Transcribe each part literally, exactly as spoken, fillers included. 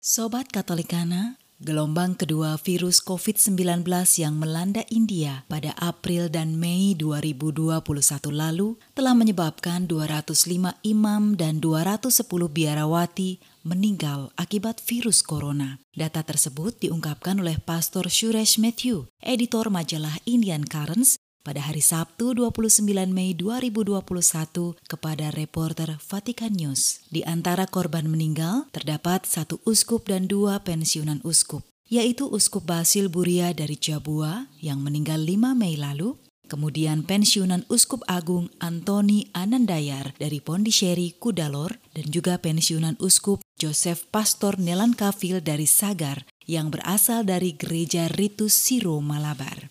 Sobat Katolikana, gelombang kedua virus covid sembilan belas yang melanda India pada April dan Mei dua ribu dua puluh satu lalu telah menyebabkan dua ratus lima imam dan dua ratus sepuluh biarawati meninggal akibat virus corona. Data tersebut diungkapkan oleh Pastor Suresh Mathew, editor majalah Indian Currents, pada hari Sabtu dua puluh sembilan Mei dua ribu dua puluh satu kepada reporter Vatican News. Di antara korban meninggal terdapat satu uskup dan dua pensiunan uskup, yaitu Uskup Basil Buria dari Jabua yang meninggal lima Mei lalu, kemudian pensiunan Uskup Agung Antoni Anandayar dari Pondiceri, Kudalor, dan juga pensiunan Uskup Joseph Pastor Nelankavil dari Sagar yang berasal dari Gereja Ritus Siro Malabar.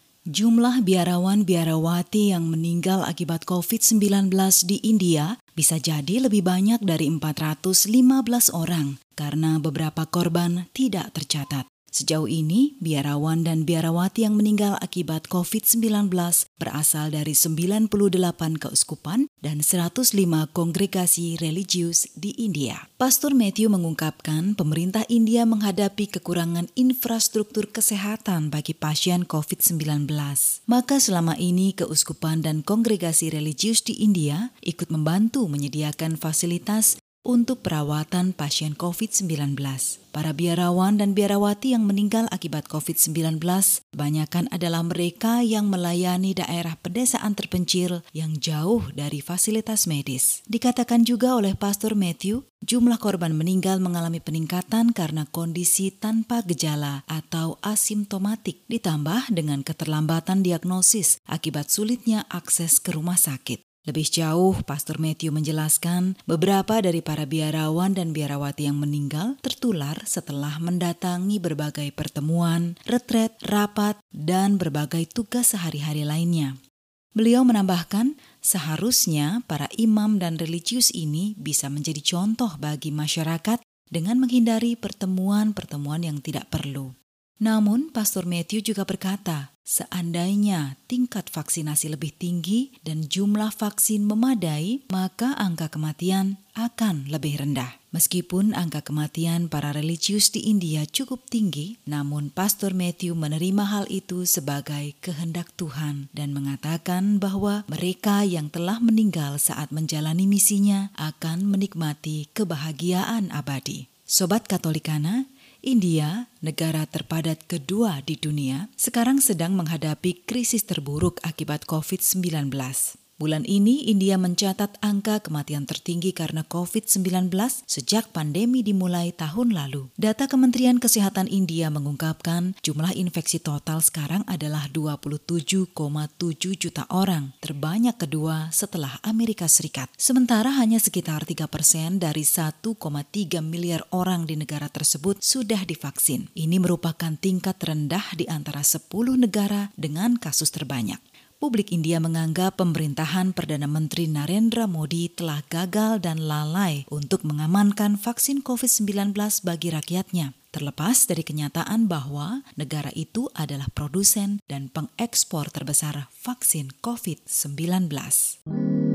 Jumlah biarawan-biarawati yang meninggal akibat covid sembilan belas di India bisa jadi lebih banyak dari empat ratus lima belas orang karena beberapa korban tidak tercatat. Sejauh ini, biarawan dan biarawati yang meninggal akibat covid sembilan belas berasal dari sembilan puluh delapan keuskupan dan seratus lima kongregasi religius di India. Pastor Mathew mengungkapkan pemerintah India menghadapi kekurangan infrastruktur kesehatan bagi pasien covid sembilan belas. Maka selama ini keuskupan dan kongregasi religius di India ikut membantu menyediakan fasilitas untuk perawatan pasien covid sembilan belas. Para biarawan dan biarawati yang meninggal akibat covid sembilan belas kebanyakan adalah mereka yang melayani daerah pedesaan terpencil yang jauh dari fasilitas medis. Dikatakan juga oleh Pastor Mathew, jumlah korban meninggal mengalami peningkatan karena kondisi tanpa gejala atau asimptomatik ditambah dengan keterlambatan diagnosis akibat sulitnya akses ke rumah sakit. Lebih jauh, Pastor Mathew menjelaskan beberapa dari para biarawan dan biarawati yang meninggal tertular setelah mendatangi berbagai pertemuan, retret, rapat, dan berbagai tugas sehari-hari lainnya. Beliau menambahkan, seharusnya para imam dan religius ini bisa menjadi contoh bagi masyarakat dengan menghindari pertemuan-pertemuan yang tidak perlu. Namun, Pastor Mathew juga berkata, seandainya tingkat vaksinasi lebih tinggi dan jumlah vaksin memadai, maka angka kematian akan lebih rendah. Meskipun angka kematian para religius di India cukup tinggi, namun Pastor Mathew menerima hal itu sebagai kehendak Tuhan dan mengatakan bahwa mereka yang telah meninggal saat menjalani misinya akan menikmati kebahagiaan abadi. Sobat Katolikana, India, negara terpadat kedua di dunia, sekarang sedang menghadapi krisis terburuk akibat covid sembilan belas. Bulan ini, India mencatat angka kematian tertinggi karena covid sembilan belas sejak pandemi dimulai tahun lalu. Data Kementerian Kesehatan India mengungkapkan jumlah infeksi total sekarang adalah dua puluh tujuh koma tujuh juta orang, terbanyak kedua setelah Amerika Serikat. Sementara hanya sekitar tiga persen dari satu koma tiga miliar orang di negara tersebut sudah divaksin. Ini merupakan tingkat terendah di antara sepuluh negara dengan kasus terbanyak. Publik India menganggap pemerintahan Perdana Menteri Narendra Modi telah gagal dan lalai untuk mengamankan vaksin covid sembilan belas bagi rakyatnya, terlepas dari kenyataan bahwa negara itu adalah produsen dan pengekspor terbesar vaksin covid sembilan belas.